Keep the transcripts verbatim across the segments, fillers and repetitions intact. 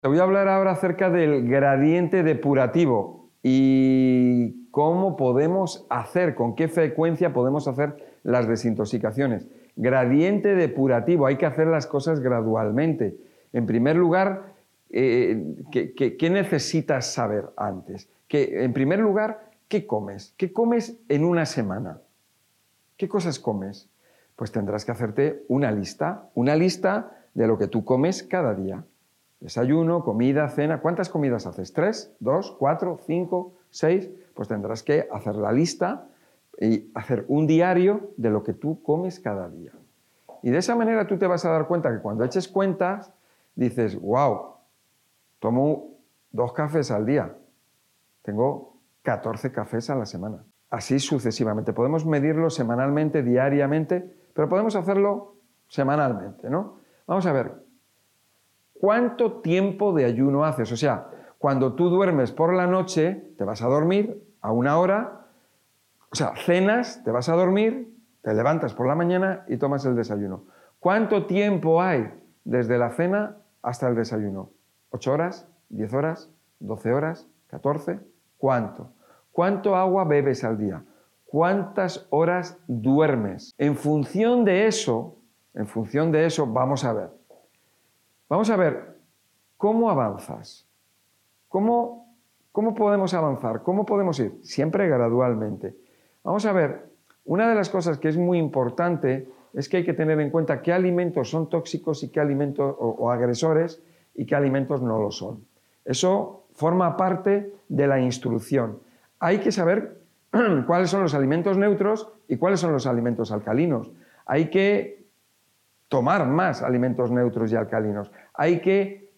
Te voy a hablar ahora acerca del gradiente depurativo y cómo podemos hacer, con qué frecuencia podemos hacer las desintoxicaciones. Gradiente depurativo, hay que hacer las cosas gradualmente. En primer lugar, eh, ¿qué, qué, qué necesitas saber antes? Que, en primer lugar, ¿qué comes? ¿Qué comes en una semana? ¿Qué cosas comes? Pues tendrás que hacerte una lista, una lista de lo que tú comes cada día. Desayuno, comida, cena. ¿Cuántas comidas haces? ¿Tres? ¿Dos? ¿Cuatro? ¿Cinco? ¿Seis? Pues tendrás que hacer la lista y hacer un diario de lo que tú comes cada día. Y de esa manera tú te vas a dar cuenta que cuando eches cuentas, dices, wow, tomo dos cafés al día. Tengo catorce cafés a la semana. Así sucesivamente. Podemos medirlo semanalmente, diariamente, pero podemos hacerlo semanalmente, ¿no? Vamos a ver. ¿Cuánto tiempo de ayuno haces? O sea, cuando tú duermes por la noche, te vas a dormir a una hora, o sea, cenas, te vas a dormir, te levantas por la mañana y tomas el desayuno. ¿Cuánto tiempo hay desde la cena hasta el desayuno? ¿Ocho horas? ¿Diez horas? ¿Doce horas? ¿catorce? ¿Cuánto? ¿Cuánto agua bebes al día? ¿Cuántas horas duermes? En función de eso, en función de eso, vamos a ver. Vamos a ver cómo avanzas, cómo, cómo podemos avanzar, cómo podemos ir, siempre gradualmente. Vamos a ver, una de las cosas que es muy importante es que hay que tener en cuenta qué alimentos son tóxicos y qué alimentos o, o agresores y qué alimentos no lo son. Eso forma parte de la instrucción. Hay que saber cuáles son los alimentos neutros y cuáles son los alimentos alcalinos. Hay que tomar más alimentos neutros y alcalinos. Hay que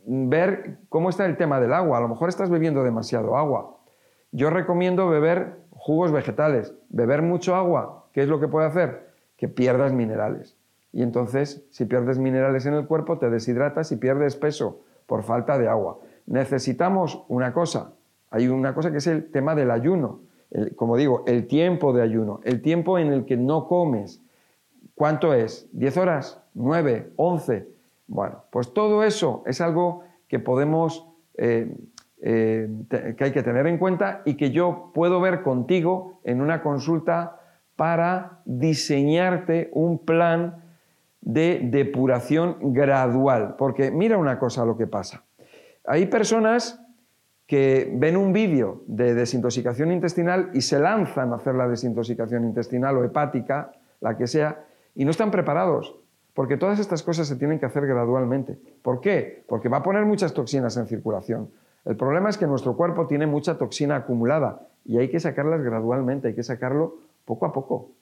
ver cómo está el tema del agua. A lo mejor estás bebiendo demasiado agua. Yo recomiendo beber jugos vegetales. Beber mucho agua, ¿qué es lo que puede hacer? Que pierdas minerales. Y entonces, si pierdes minerales en el cuerpo, te deshidratas y pierdes peso por falta de agua. Necesitamos una cosa. Hay una cosa que es el tema del ayuno. El, como digo, el tiempo de ayuno. El tiempo en el que no comes. ¿Cuánto es? ¿diez horas? ¿nueve? ¿once? Bueno, pues todo eso es algo que podemos, eh, eh, te, que hay que tener en cuenta y que yo puedo ver contigo en una consulta para diseñarte un plan de depuración gradual. Porque mira una cosa lo que pasa. Hay personas que ven un vídeo de desintoxicación intestinal y se lanzan a hacer la desintoxicación intestinal o hepática, la que sea, y no están preparados, porque todas estas cosas se tienen que hacer gradualmente. ¿Por qué? Porque va a poner muchas toxinas en circulación. El problema es que nuestro cuerpo tiene mucha toxina acumulada y hay que sacarlas gradualmente, hay que sacarlo poco a poco.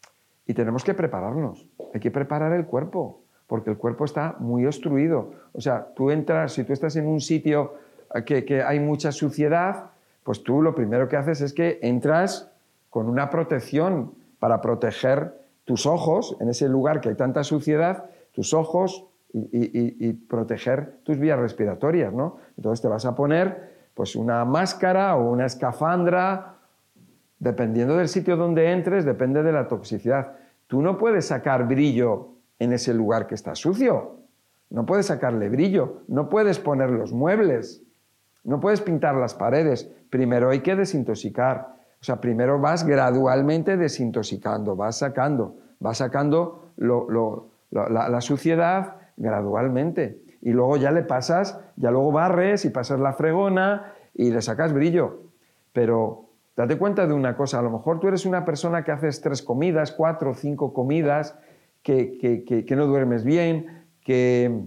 Y tenemos que prepararnos, hay que preparar el cuerpo, porque el cuerpo está muy obstruido. O sea, tú entras, si tú estás en un sitio que, que hay mucha suciedad, pues tú lo primero que haces es que entras con una protección para proteger tus ojos, en ese lugar que hay tanta suciedad, tus ojos y, y, y proteger tus vías respiratorias, ¿no? Entonces te vas a poner pues una máscara o una escafandra, dependiendo del sitio donde entres, depende de la toxicidad. Tú no puedes sacar brillo en ese lugar que está sucio, no puedes sacarle brillo, no puedes poner los muebles, no puedes pintar las paredes. Primero hay que desintoxicar. O sea, primero vas gradualmente desintoxicando, vas sacando, vas sacando lo, lo, lo, la, la suciedad gradualmente. Y luego ya le pasas, ya luego barres y pasas la fregona y le sacas brillo. Pero date cuenta de una cosa, a lo mejor tú eres una persona que haces tres comidas, cuatro, cinco comidas, que, que, que, que no duermes bien, que,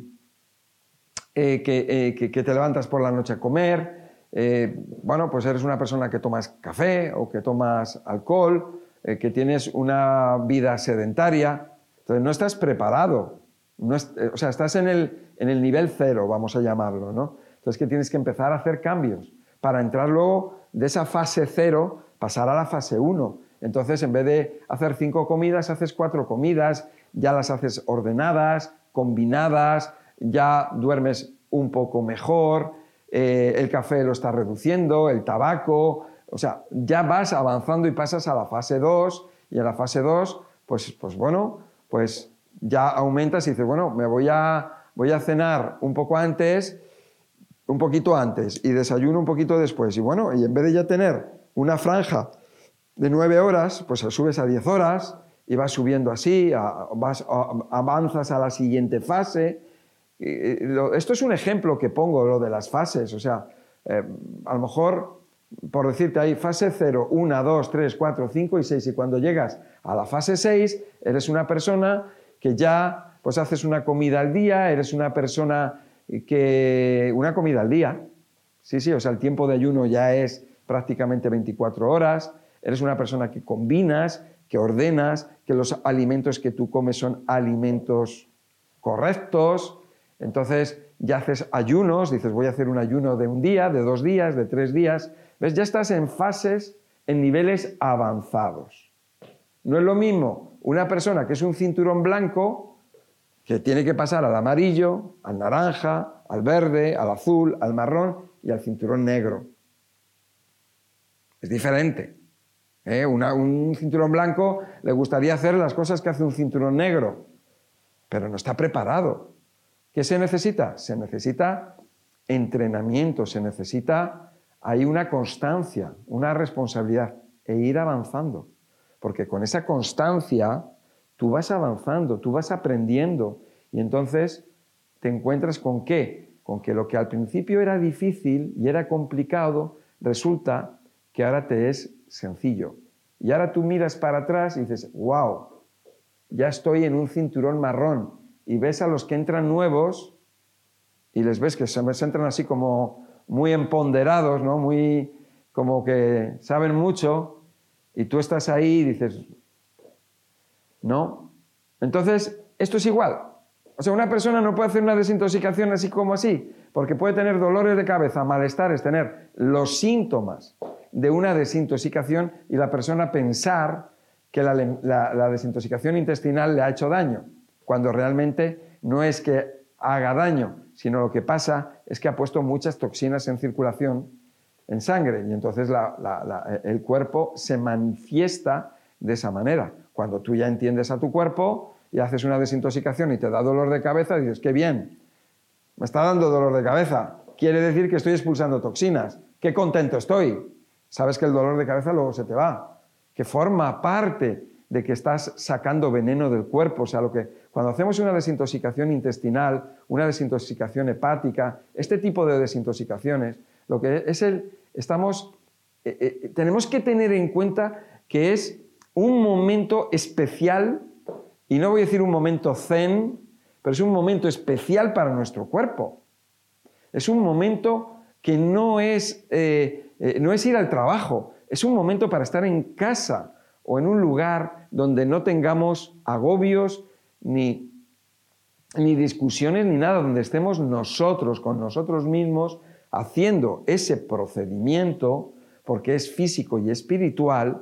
eh, que, eh, que, que te levantas por la noche a comer. Eh, bueno, pues eres una persona que tomas café o que tomas alcohol, eh, que tienes una vida sedentaria, entonces no estás preparado, no es, eh, o sea, estás en el, en el nivel cero, vamos a llamarlo, ¿no? Entonces que tienes que empezar a hacer cambios para entrar luego de esa fase cero, pasar a la fase uno. Entonces, en vez de hacer cinco comidas, haces cuatro comidas, ya las haces ordenadas, combinadas, ya duermes un poco mejor. Eh, el café lo está reduciendo, el tabaco, o sea, ya vas avanzando y pasas a la fase dos, y en la fase dos, pues, pues bueno, pues ya aumentas y dices, bueno, me voy a, voy a cenar un poco antes un poquito antes y desayuno un poquito después. Y bueno, y en vez de ya tener una franja de nueve horas, pues subes a diez horas y vas subiendo así, a, vas, a, avanzas a la siguiente fase. Y lo, esto es un ejemplo que pongo, lo de las fases. O sea, eh, a lo mejor, por decirte ahí, fase cero, uno, dos, tres, cuatro, cinco y seis. Y cuando llegas a la fase seis, eres una persona que ya pues haces una comida al día, eres una persona que... Una comida al día. Sí, sí, o sea, el tiempo de ayuno ya es prácticamente veinticuatro horas. Eres una persona que combinas, que ordenas, que los alimentos que tú comes son alimentos correctos. Entonces ya haces ayunos, dices voy a hacer un ayuno de un día, de dos días, de tres días. ¿Ves? Ya estás en fases, en niveles avanzados. No es lo mismo una persona que es un cinturón blanco que tiene que pasar al amarillo, al naranja, al verde, al azul, al marrón y al cinturón negro. Es diferente. ¿Eh? Una, un cinturón blanco le gustaría hacer las cosas que hace un cinturón negro, pero no está preparado. ¿Qué se necesita? Se necesita entrenamiento, se necesita hay una constancia, una responsabilidad e ir avanzando. Porque con esa constancia tú vas avanzando, tú vas aprendiendo y entonces te encuentras con ¿qué? Con que lo que al principio era difícil y era complicado, resulta que ahora te es sencillo. Y ahora tú miras para atrás y dices, wow, ya estoy en un cinturón marrón. Y ves a los que entran nuevos y les ves que se entran así como muy empoderados, ¿no? Muy como que saben mucho y tú estás ahí y dices, no. Entonces, esto es igual. O sea, una persona no puede hacer una desintoxicación así como así, porque puede tener dolores de cabeza, malestares, tener los síntomas de una desintoxicación y la persona pensar que la, la, la desintoxicación intestinal le ha hecho daño, cuando realmente no es que haga daño, sino lo que pasa es que ha puesto muchas toxinas en circulación en sangre y entonces la, la, la, el cuerpo se manifiesta de esa manera. Cuando tú ya entiendes a tu cuerpo y haces una desintoxicación y te da dolor de cabeza, dices, qué bien, me está dando dolor de cabeza, quiere decir que estoy expulsando toxinas, qué contento estoy. Sabes que el dolor de cabeza luego se te va, que forma parte de que estás sacando veneno del cuerpo. O sea, lo que, cuando hacemos una desintoxicación intestinal, una desintoxicación hepática, este tipo de desintoxicaciones, lo que es el, estamos, eh, eh, tenemos que tener en cuenta que es un momento especial, y no voy a decir un momento zen, pero es un momento especial para nuestro cuerpo. Es un momento que no es, eh, eh, no es ir al trabajo, es un momento para estar en casa o en un lugar donde no tengamos agobios ni, ni discusiones ni nada, donde estemos nosotros con nosotros mismos haciendo ese procedimiento, porque es físico y espiritual,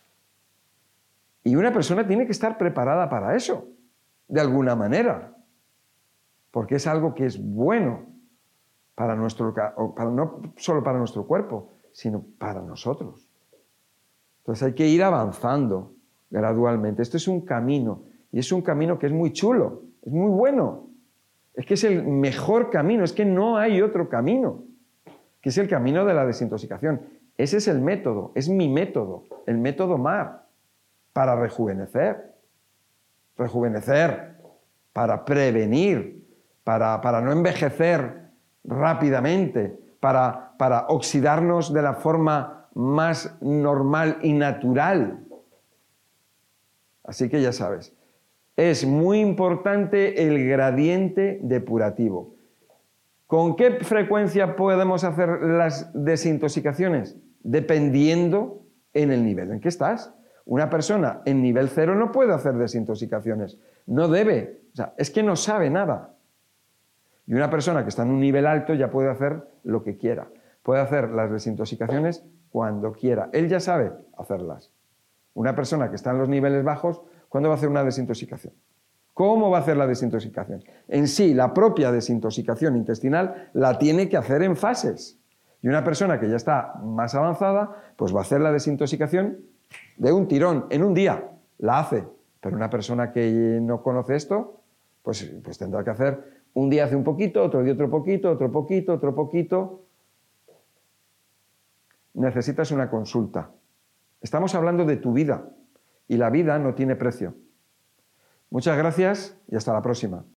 y una persona tiene que estar preparada para eso, de alguna manera, porque es algo que es bueno para nuestro, para, no solo para nuestro cuerpo, sino para nosotros. Entonces hay que ir avanzando gradualmente. Esto es un camino, y es un camino que es muy chulo, es muy bueno. Es que es el mejor camino, es que no hay otro camino, que es el camino de la desintoxicación. Ese es el método, es mi método, el método M A R, para rejuvenecer. Rejuvenecer, para prevenir, para, para no envejecer rápidamente, para, para oxidarnos de la forma más normal y natural. Así que ya sabes, es muy importante el gradiente depurativo. ¿Con qué frecuencia podemos hacer las desintoxicaciones? Dependiendo en el nivel en que estás. Una persona en nivel cero no puede hacer desintoxicaciones, no debe, o sea, es que no sabe nada. Y una persona que está en un nivel alto ya puede hacer lo que quiera, puede hacer las desintoxicaciones cuando quiera, él ya sabe hacerlas. Una persona que está en los niveles bajos, ¿cuándo va a hacer una desintoxicación? ¿Cómo va a hacer la desintoxicación? En sí, la propia desintoxicación intestinal la tiene que hacer en fases. Y una persona que ya está más avanzada, pues va a hacer la desintoxicación de un tirón, en un día, la hace. Pero una persona que no conoce esto, pues, pues tendrá que hacer Un día hace un poquito, otro día otro poquito, otro poquito, otro poquito. Necesitas una consulta. Estamos hablando de tu vida y la vida no tiene precio. Muchas gracias y hasta la próxima.